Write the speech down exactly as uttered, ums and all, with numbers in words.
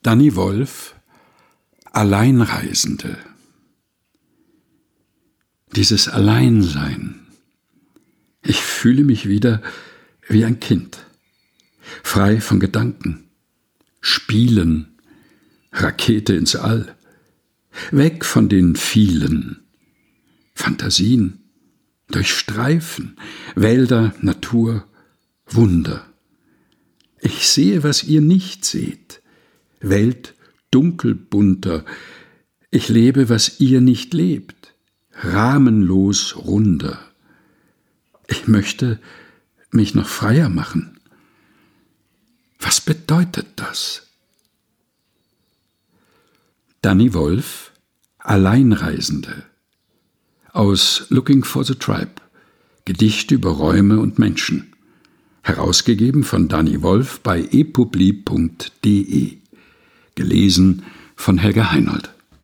Danny Wolf, Alleinreisende. Dieses Alleinsein. Ich fühle mich wieder wie ein Kind, frei von Gedanken, Spielen, Rakete ins All, weg von den vielen Fantasien, durchstreifen, Wälder, Natur, Wunder. Ich sehe, was ihr nicht seht, Welt dunkelbunter, ich lebe, was ihr nicht lebt, rahmenlos runder. Ich möchte mich noch freier machen. Was bedeutet das? Danny Wolf, Alleinreisende. Aus Looking for the Tribe. Gedichte über Räume und Menschen. Herausgegeben von Danny Wolf bei epubli punkt de. Gelesen von Helga Heinold.